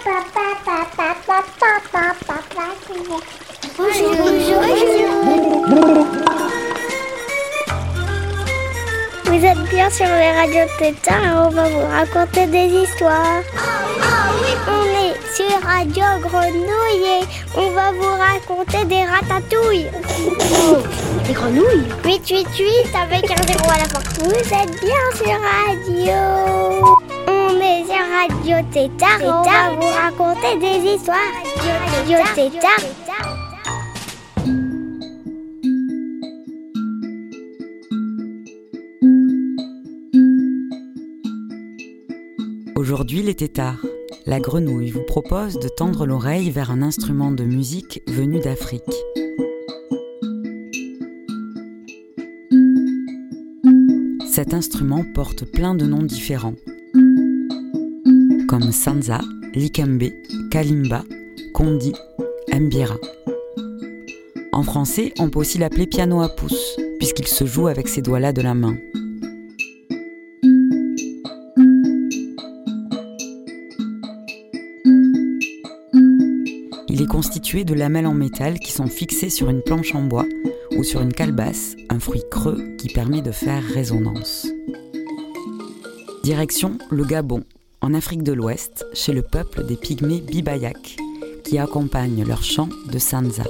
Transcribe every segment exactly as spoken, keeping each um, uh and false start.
Bonjour, bonjour, bonjour. Vous êtes bien sur les radios Tétard et on va vous raconter des histoires. Ah oui, on est sur Radio Grenouille et on va vous raconter des ratatouilles. Oh, des grenouilles? huit huit huit avec un zéro à la fin. Vous êtes bien sur Radio. On est sur Radio Tétard et on va vous raconter des histoires. Radio Tétard. Aujourd'hui les Tétards, la grenouille vous propose de tendre l'oreille vers un instrument de musique venu d'Afrique. Cet instrument porte plein de noms différents, comme Sanza, Likembe, Kalimba, Kondi, Mbira. En français, on peut aussi l'appeler piano à pouce, puisqu'il se joue avec ses doigts-là de la main. Il est constitué de lamelles en métal qui sont fixées sur une planche en bois ou sur une calebasse, un fruit creux qui permet de faire résonance. Direction le Gabon, en Afrique de l'Ouest, chez le peuple des pygmées Bibayak, qui accompagnent leur chant de Sanza.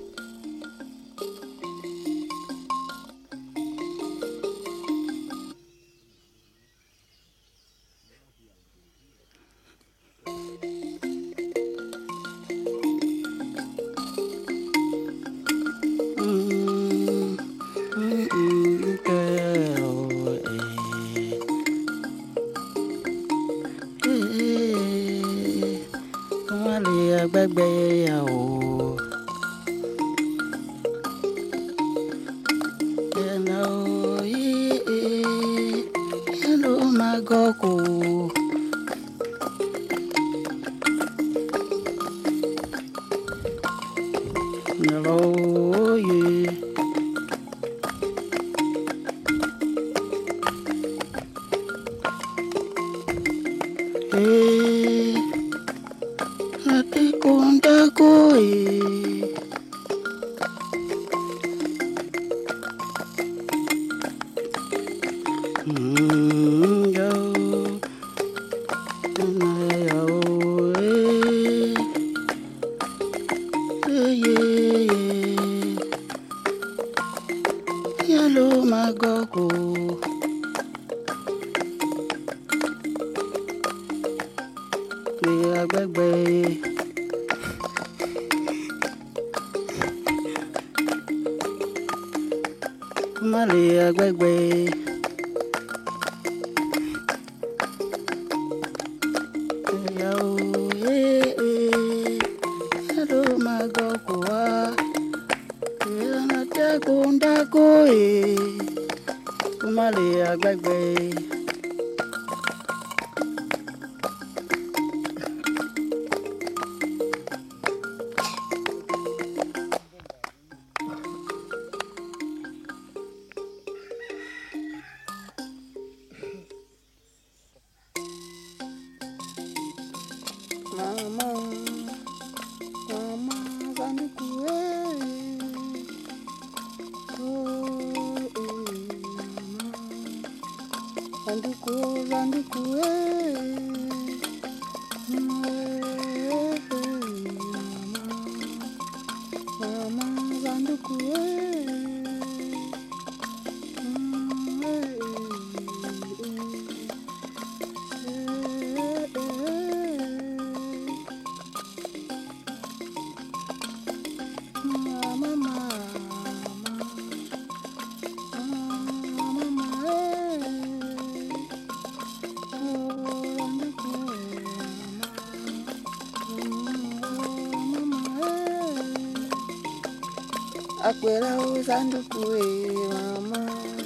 Akwela uzanduku we mama,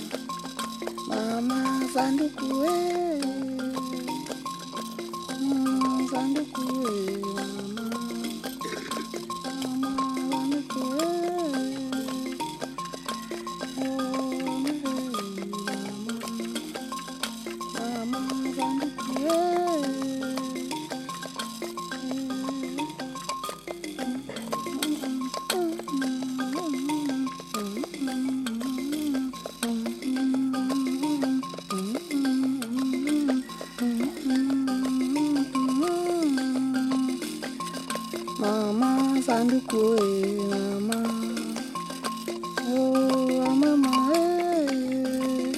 mama zanduku we, mama zanduku we mama, mama zanduku we, mama zanduku we. Zandukue mama, oh mama, eh,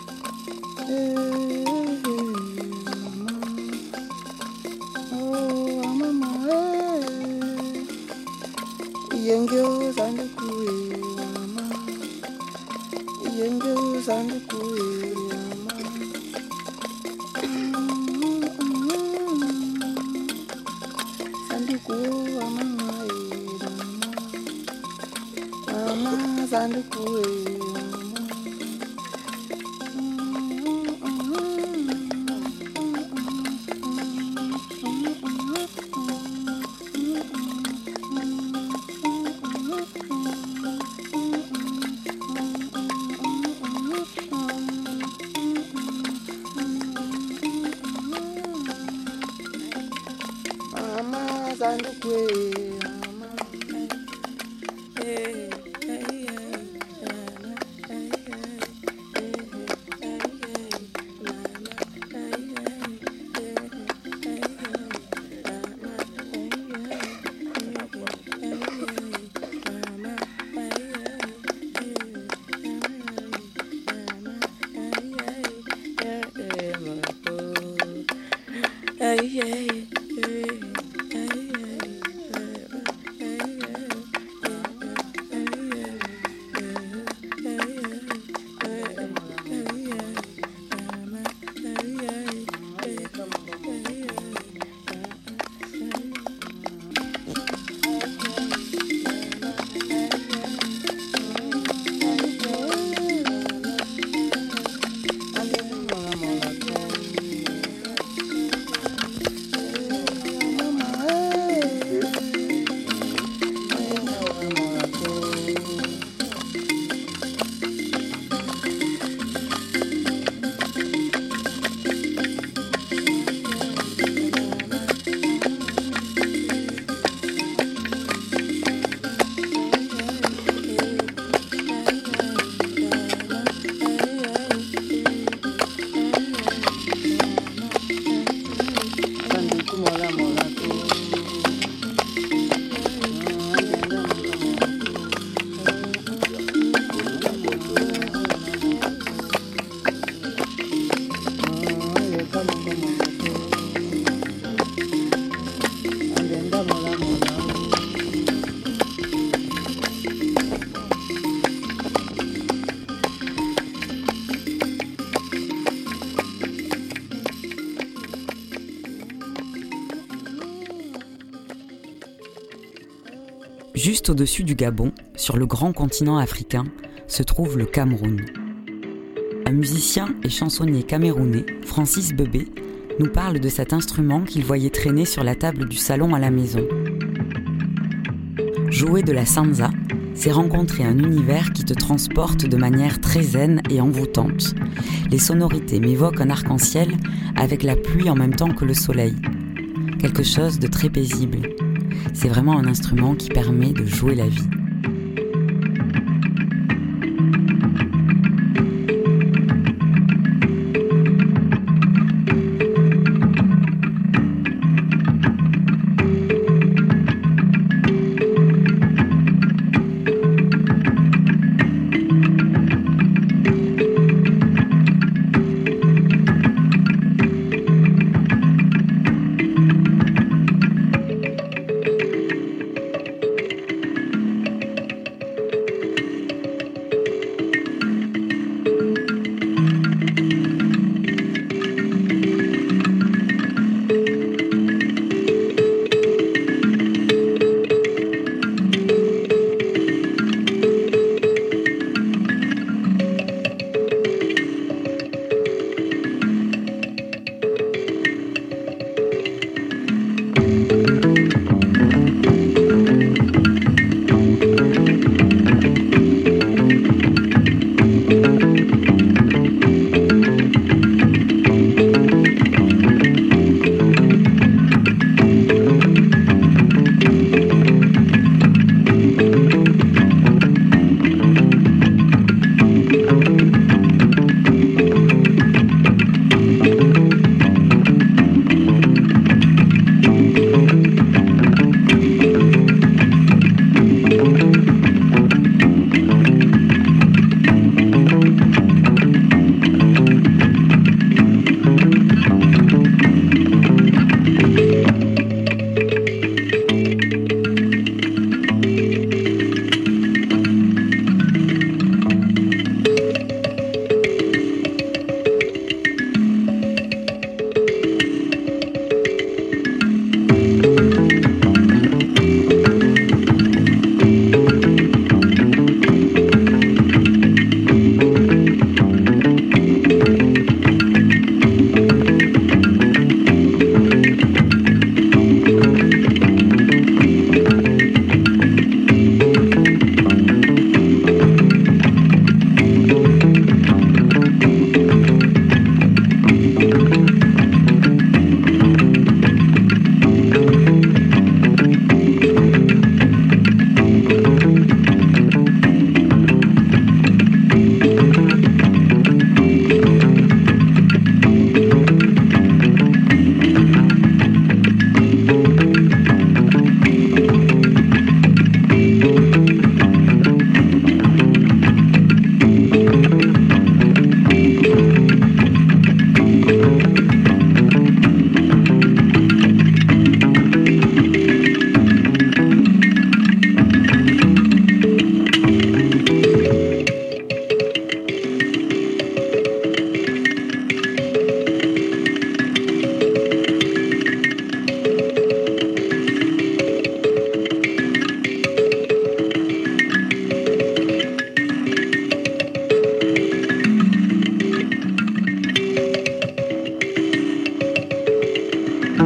eh, mama, oh mama, eh, yengyo zandukue mama, yengyo zandukue mama, zandukue mama. Zandukue mama, zandukue Juste au-dessus du Gabon, sur le grand continent africain, se trouve le Cameroun. Un musicien et chansonnier camerounais, Francis Bebé, nous parle de cet instrument qu'il voyait traîner sur la table du salon à la maison. Jouer de la sanza, c'est rencontrer un univers qui te transporte de manière très zen et envoûtante. Les sonorités m'évoquent un arc-en-ciel avec la pluie en même temps que le soleil. Quelque chose de très paisible. C'est vraiment un instrument qui permet de jouer la vie.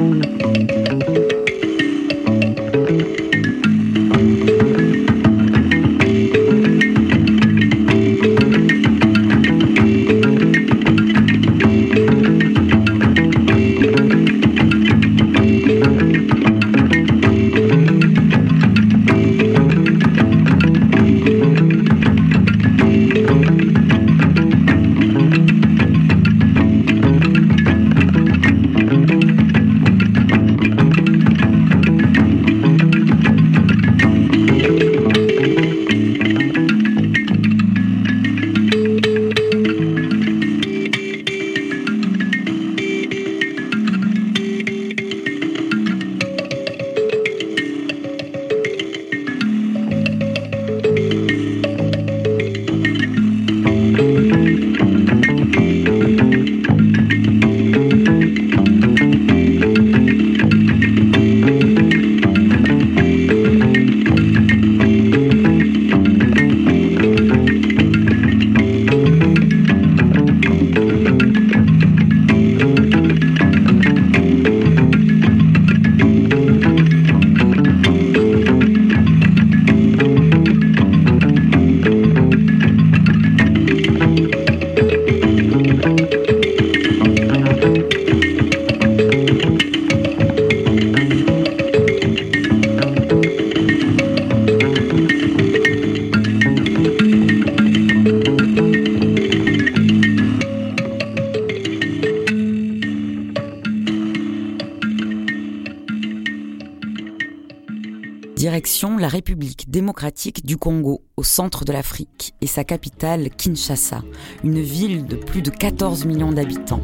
Direction la République démocratique du Congo, au centre de l'Afrique, et sa capitale Kinshasa, une ville de plus de quatorze millions d'habitants.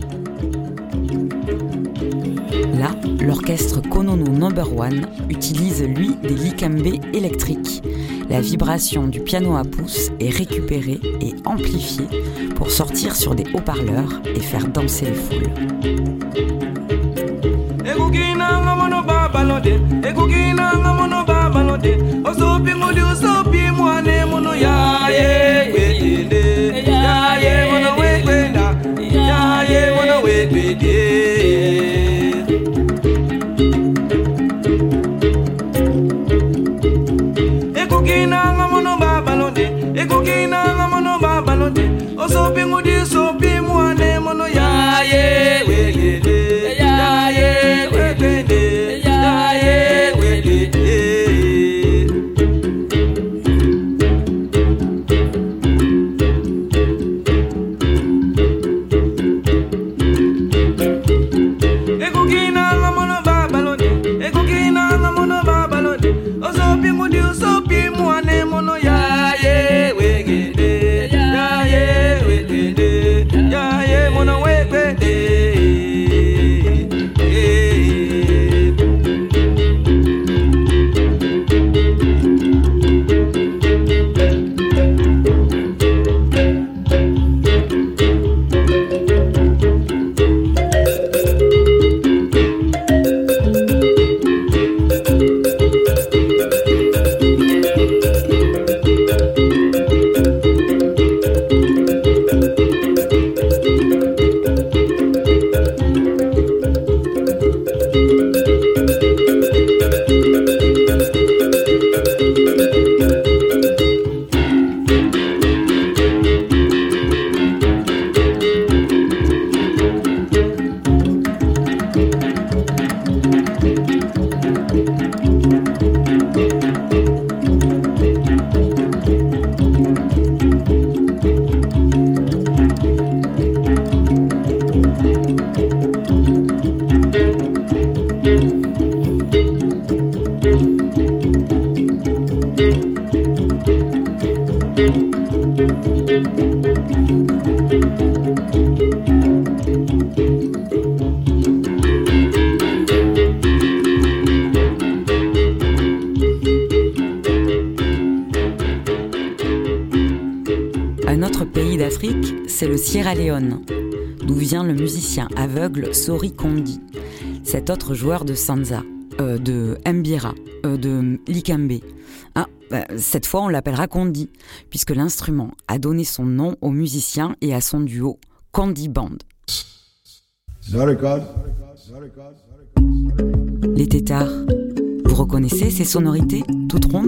Là, l'orchestre Konono Number One utilise, lui, des likembé électriques. La vibration du piano à pouce est récupérée et amplifiée pour sortir sur des haut-parleurs et faire danser les foules. Un autre pays d'Afrique, c'est le Sierra Leone, d'où vient le musicien aveugle Sori Kondi, cet autre joueur de sanza, euh, de mbira, euh, de likembé. Ah, bah, cette fois on l'appellera Kondi, puisque l'instrument a donné son nom au musicien et à son duo Kondi Band. Is that a record? Les têtards, vous reconnaissez ces sonorités toutes rondes ?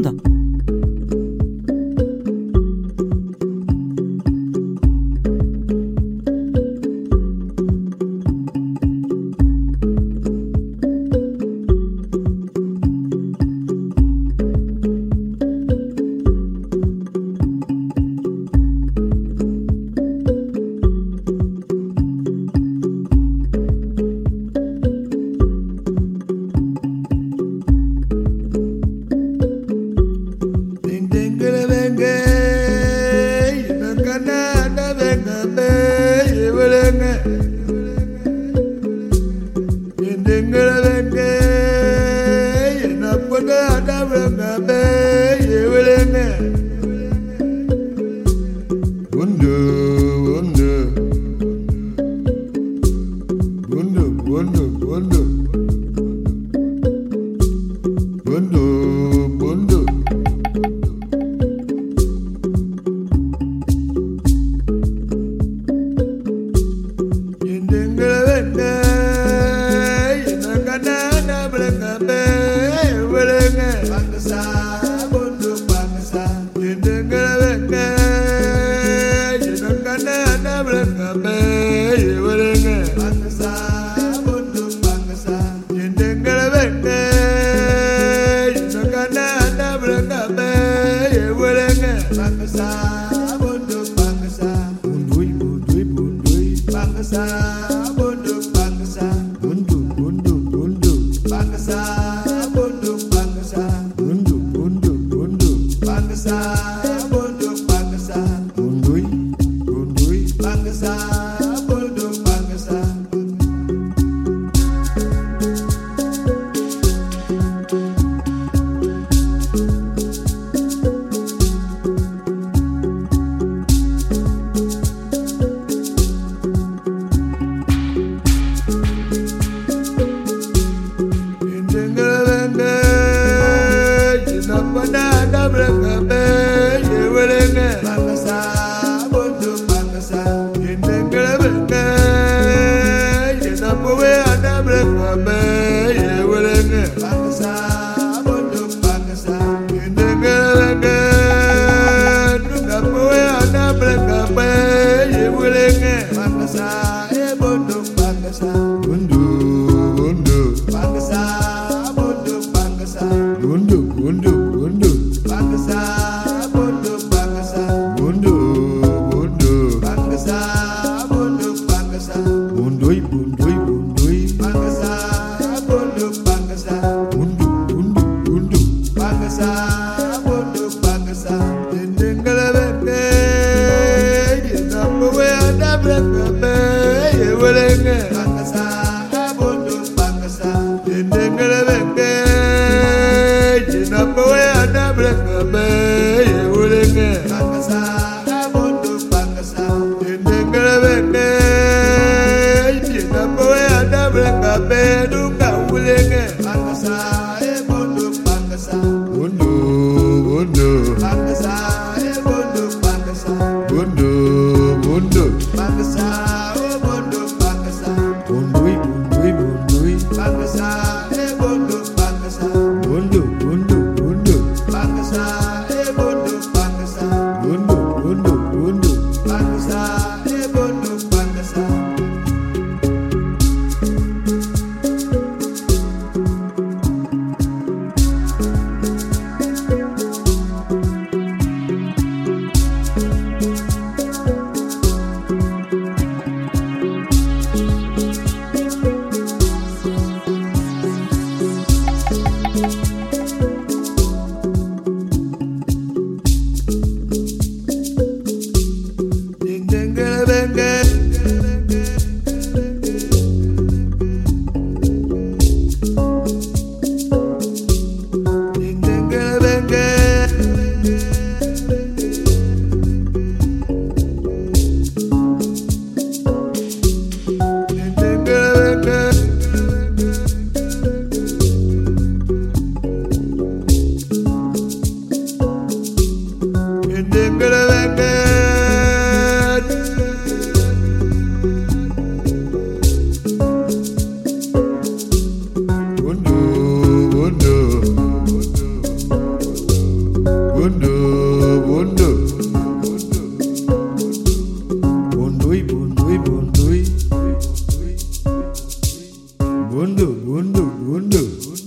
Bondo, bondo, bondo.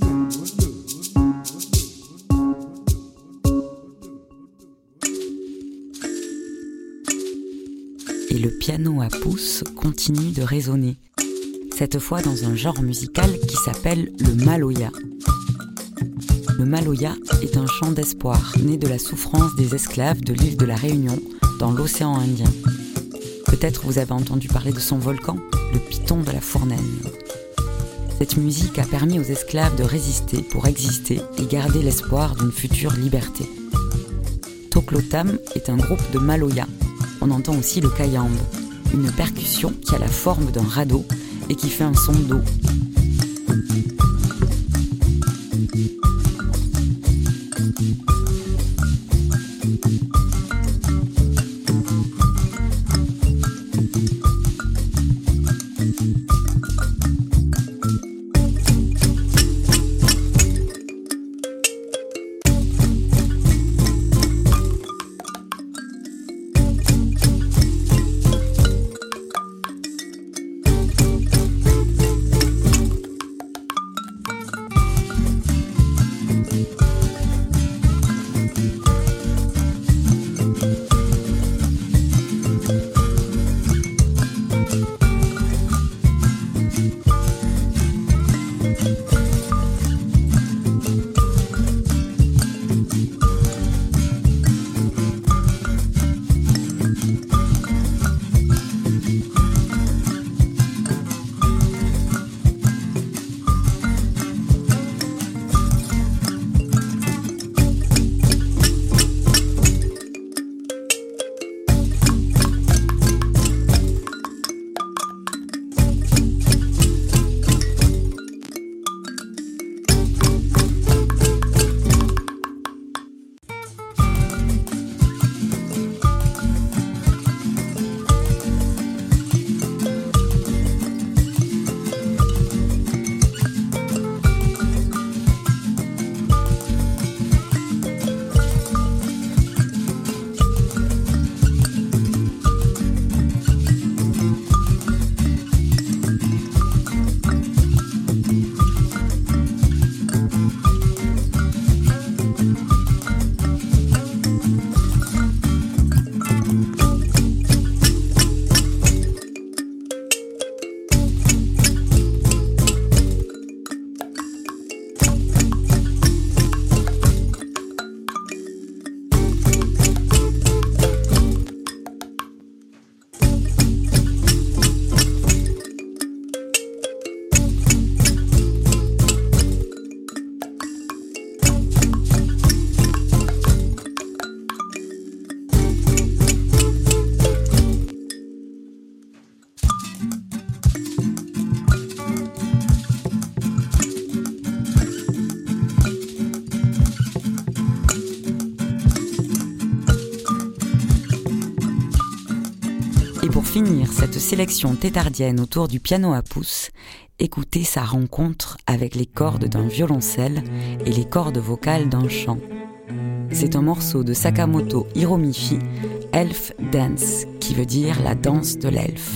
Et le piano à pouce continue de résonner, cette fois dans un genre musical qui s'appelle le maloya. Le maloya est un chant d'espoir né de la souffrance des esclaves de l'île de la Réunion dans l'océan Indien. Peut-être vous avez entendu parler de son volcan, le piton de la Fournaise. Cette musique a permis aux esclaves de résister pour exister et garder l'espoir d'une future liberté. Toklotam est un groupe de maloya. On entend aussi le kayambe, une percussion qui a la forme d'un radeau et qui fait un son d'eau. Et pour finir cette sélection thétardienne autour du piano à pouce, écoutez sa rencontre avec les cordes d'un violoncelle et les cordes vocales d'un chant. C'est un morceau de Sakamoto Hiromichi, Elf Dance, qui veut dire la danse de l'elfe.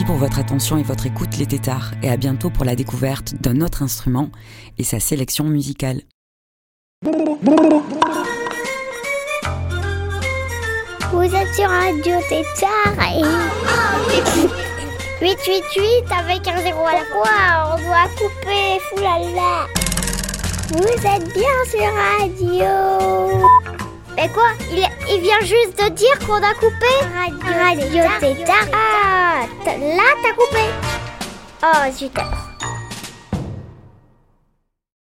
pour votre attention et votre écoute, les tétards, et à bientôt pour la découverte d'un autre instrument et sa sélection musicale. Vous êtes sur Radio Tétard et... huit huit huit avec un zéro à la fois, on doit couper, foulala. Vous êtes bien sur Radio... Mais quoi, il, il vient juste de dire qu'on a coupé Radio, Radio Tétard. Ah, t- là t'as coupé. Oh, super.